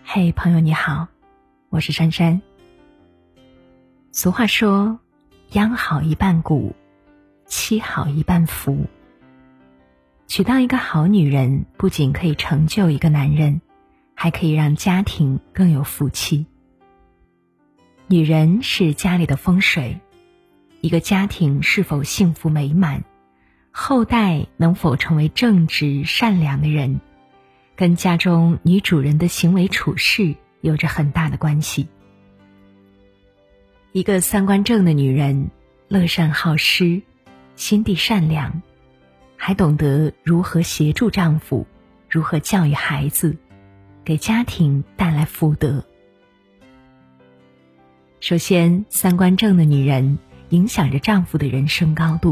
嘿，朋友你好，我是珊珊。俗话说，养好一半谷，妻好一半福。娶到一个好女人，不仅可以成就一个男人，还可以让家庭更有福气。女人是家里的风水，一个家庭是否幸福美满，后代能否成为正直善良的人，跟家中女主人的行为处事有着很大的关系。一个三观正的女人，乐善好施，心地善良，还懂得如何协助丈夫，如何教育孩子，给家庭带来福德。首先，三观正的女人影响着丈夫的人生高度。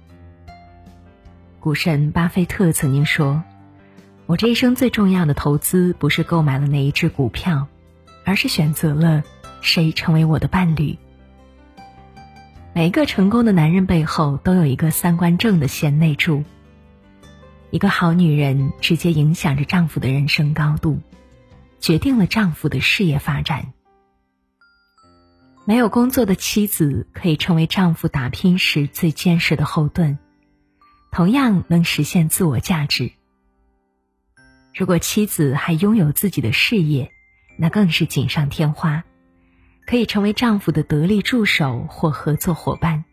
股神巴菲特曾经说，我这一生最重要的投资不是购买了哪一只股票，而是选择了谁成为我的伴侣。每一个成功的男人背后都有一个三观正的贤内助。一个好女人直接影响着丈夫的人生高度，决定了丈夫的事业发展。没有工作的妻子可以成为丈夫打拼时最坚实的后盾，同样能实现自我价值。如果妻子还拥有自己的事业，那更是锦上添花，可以成为丈夫的得力助手或合作伙伴。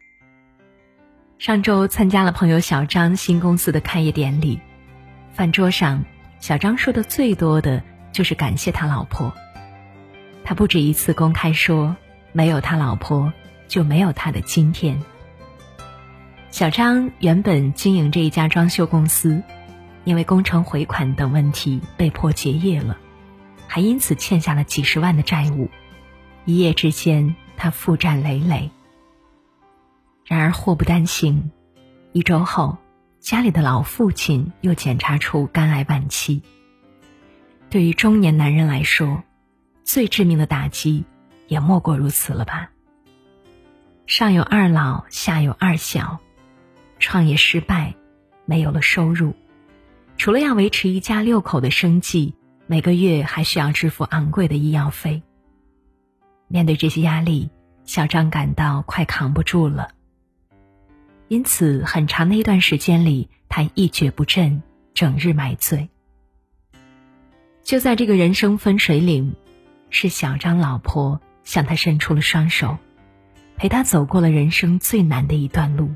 上周参加了朋友小张新公司的开业典礼，饭桌上小张说的最多的就是感谢他老婆。他不止一次公开说，没有他老婆就没有他的今天。小张原本经营这一家装修公司，因为工程回款等问题被迫结业了，还因此欠下了几十万的债务，一夜之间他负债累累。然而祸不单行，一周后家里的老父亲又检查出肝癌晚期。对于中年男人来说，最致命的打击也莫过如此了吧。上有二老，下有二小，创业失败，没有了收入，除了要维持一家6口的生计，每个月还需要支付昂贵的医药费。面对这些压力，小张感到快扛不住了。因此很长的一段时间里，他一蹶不振，整日买醉。就在这个人生分水岭，是小张老婆向他伸出了双手，陪他走过了人生最难的一段路。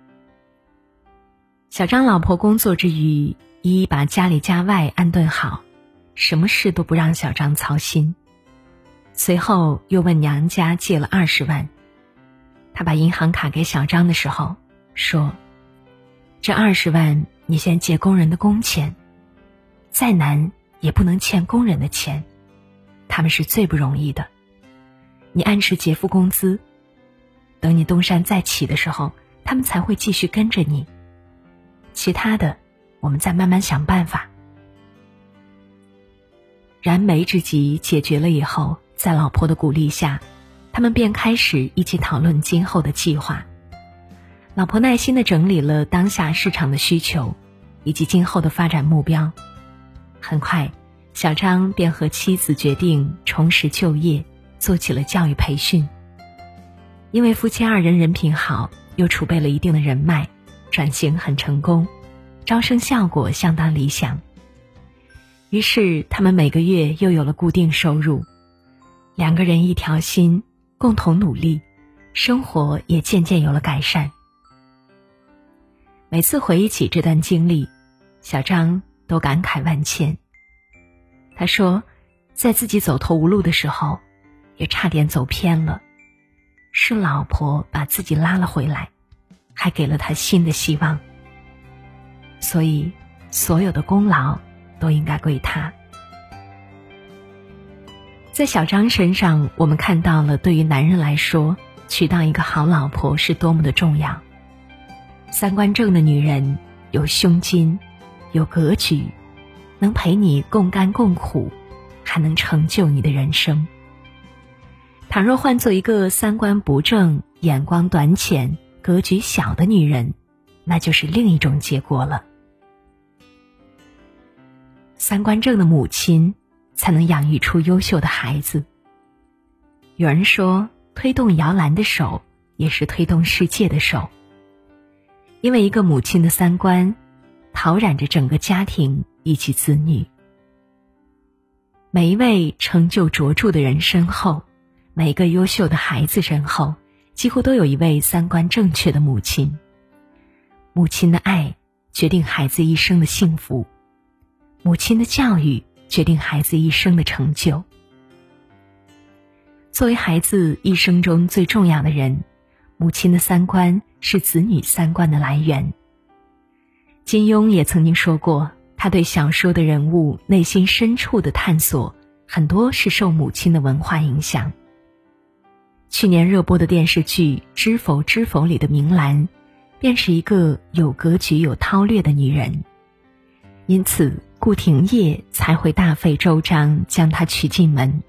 小张老婆工作之余，一一把家里家外安顿好，什么事都不让小张操心。随后又问娘家借了20万，他把银行卡给小张的时候说，这20万你先借工人的工钱，再难也不能欠工人的钱，他们是最不容易的，你按时结付工资，等你东山再起的时候，他们才会继续跟着你，其他的我们再慢慢想办法。燃眉之急解决了以后，在老婆的鼓励下，他们便开始一起讨论今后的计划。老婆耐心地整理了当下市场的需求以及今后的发展目标。很快，小张便和妻子决定重拾就业，做起了教育培训。因为夫妻二人人品好，又储备了一定的人脉，转型很成功，招生效果相当理想。于是他们每个月又有了固定收入，两个人一条心，共同努力，生活也渐渐有了改善。每次回忆起这段经历，小张都感慨万千。他说，在自己走投无路的时候，也差点走偏了，是老婆把自己拉了回来，还给了他新的希望。所以所有的功劳都应该归他。在小张身上，我们看到了对于男人来说，娶到一个好老婆是多么的重要。三观正的女人有胸襟，有格局，能陪你共甘共苦，还能成就你的人生。倘若换做一个三观不正、眼光短浅、格局小的女人，那就是另一种结果了。三观正的母亲才能养育出优秀的孩子。有人说，推动摇篮的手也是推动世界的手。因为一个母亲的三观陶染着整个家庭以及子女。每一位成就卓著的人身后，每一个优秀的孩子身后，几乎都有一位三观正确的母亲。母亲的爱决定孩子一生的幸福，母亲的教育决定孩子一生的成就。作为孩子一生中最重要的人，母亲的三观是子女三观的来源。金庸也曾经说过，他对小说的人物内心深处的探索，很多是受母亲的文化影响。去年热播的电视剧《知否知否》里的明兰，便是一个有格局有韬略的女人，因此顾廷烨才会大费周章将她娶进门。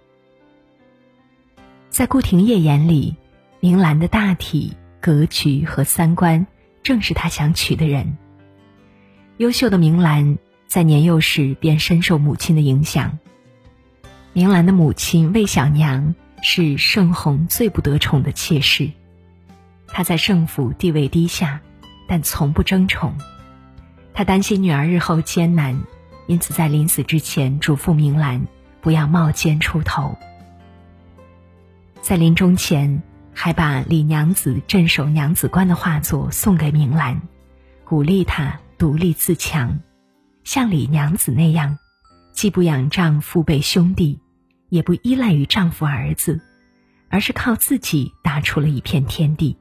在顾廷烨眼里，明兰的大体、格局和三观正是他想娶的人。优秀的明兰在年幼时便深受母亲的影响。明兰的母亲魏小娘是盛弘最不得宠的妾室，她在盛府地位低下，但从不争宠。她担心女儿日后艰难，因此在临死之前嘱咐明兰不要冒尖出头。在临终前，还把李娘子镇守娘子关的画作送给明兰，鼓励她独立自强，像李娘子那样，既不仰仗父辈兄弟，也不依赖于丈夫儿子，而是靠自己打出了一片天地。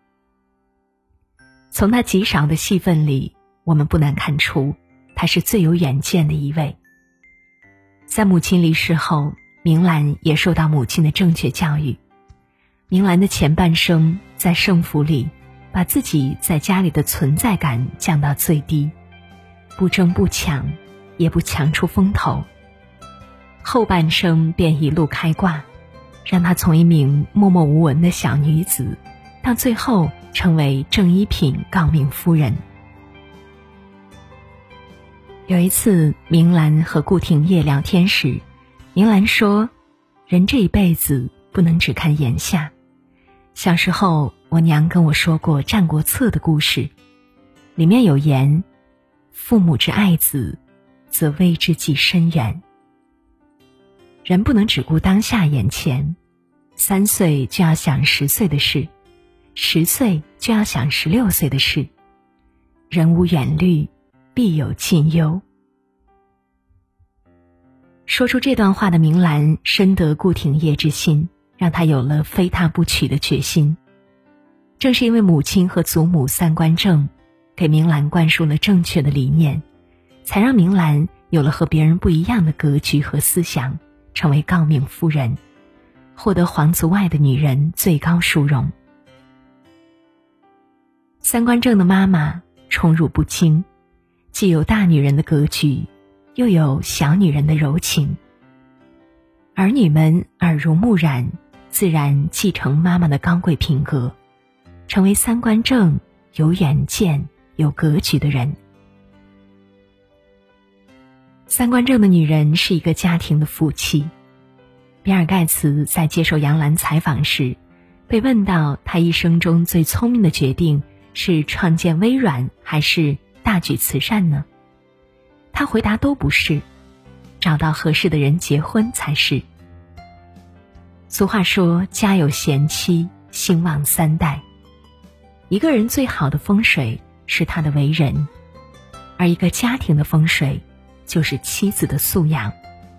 从她极少的戏份里，我们不难看出，她是最有远见的一位。在母亲离世后，明兰也受到母亲的正确教育。明兰的前半生在盛府里，把自己在家里的存在感降到最低，不争不抢，也不强出风头。后半生便一路开挂，让她从一名默默无闻的小女子，到最后成为正一品诰命夫人。有一次，明兰和顾廷烨聊天时，明兰说，人这一辈子不能只看眼下。小时候，我娘跟我说过《战国策》的故事，里面有言，父母之爱子，则为之计深远。人不能只顾当下眼前，3岁就要想10岁的事，10岁就要想16岁的事。人无远虑，必有近忧。说出这段话的明兰深得顾廷烨之心，让他有了非他不娶的决心。正是因为母亲和祖母三观正，给明兰灌输了正确的理念，才让明兰有了和别人不一样的格局和思想，成为诰命夫人，获得皇族外的女人最高殊荣。三观正的妈妈宠辱不惊，既有大女人的格局，又有小女人的柔情。儿女们耳濡目染，自然继承妈妈的高贵品格，成为三观正、有远见、有格局的人。三观正的女人是一个家庭的福气。比尔盖茨在接受杨澜采访时，被问到他一生中最聪明的决定是创建微软还是大举慈善呢？他回答都不是，找到合适的人结婚才是。俗话说，家有贤妻，兴旺3代。一个人最好的风水是他的为人，而一个家庭的风水就是妻子的素养。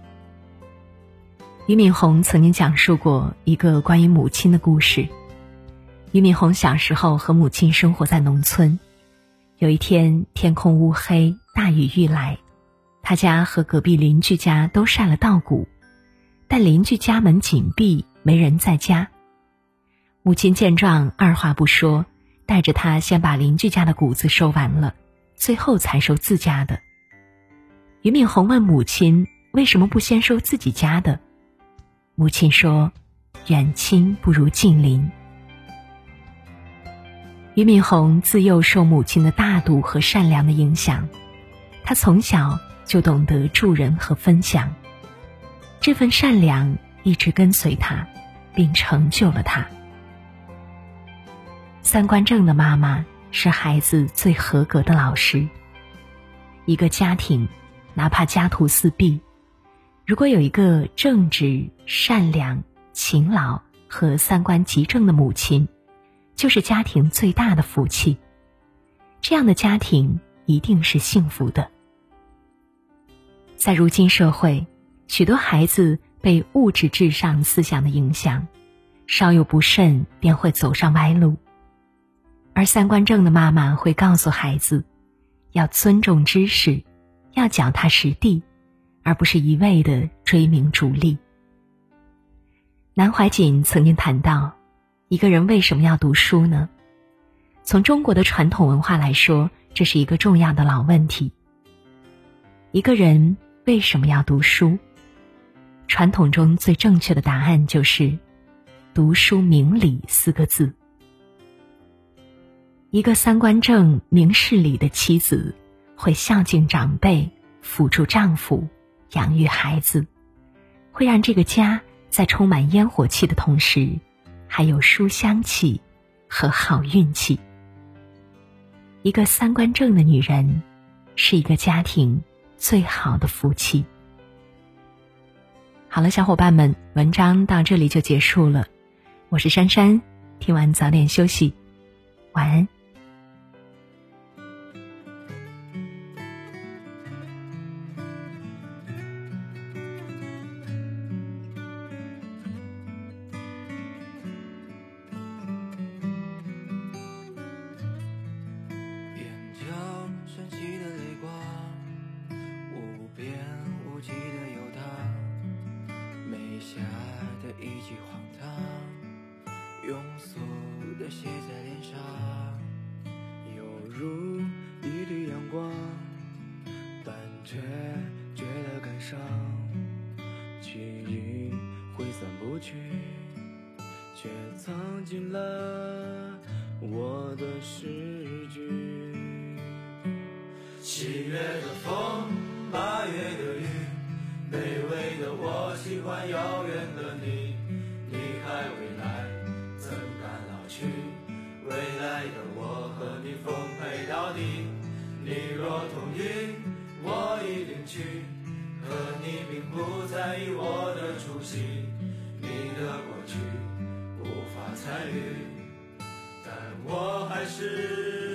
俞敏洪曾经讲述过一个关于母亲的故事。俞敏洪小时候和母亲生活在农村，有一天天空乌黑，大雨欲来，他家和隔壁邻居家都晒了稻谷，但邻居家门紧闭，没人在家。母亲见状，二话不说，带着他先把邻居家的谷子收完了，最后才收自家的。俞敏洪问母亲为什么不先收自己家的，母亲说，远亲不如近邻。俞敏洪自幼受母亲的大度和善良的影响，他从小就懂得助人和分享。 这份善良一直跟随他，并成就了他。三观正的妈妈是孩子最合格的老师。一个家庭，哪怕家徒四壁，如果有一个正直、善良、勤劳和三观极正的母亲，就是家庭最大的福气。这样的家庭一定是幸福的。在如今社会，许多孩子被物质至上思想的影响，稍有不慎便会走上歪路。而三观正的妈妈会告诉孩子，要尊重知识，要脚踏实地，而不是一味的追名逐利。南怀瑾曾经谈到，一个人为什么要读书呢？从中国的传统文化来说，这是一个重要的老问题。一个人为什么要读书？传统中最正确的答案就是读书明理4个字。一个三观正、明事理的妻子，会孝敬长辈，辅助丈夫，养育孩子，会让这个家在充满烟火气的同时，还有书香气和好运气。一个三观正的女人，是一个家庭最好的福气。好了，小伙伴们，文章到这里就结束了。我是珊珊，听完早点休息，晚安。 升起的泪光，无边无际的游荡，眉下的一句荒唐，庸俗的写在脸上，犹如一缕阳光，但却觉得感伤，记忆挥散不去，却藏进了我的诗句。7月的风，8月的雨，卑微的我喜欢遥远的你，离开未来怎敢老去，未来的我和你奉陪到底，你若同意我一定去，可你并不在意我的出席，你的过去无法参与，但我还是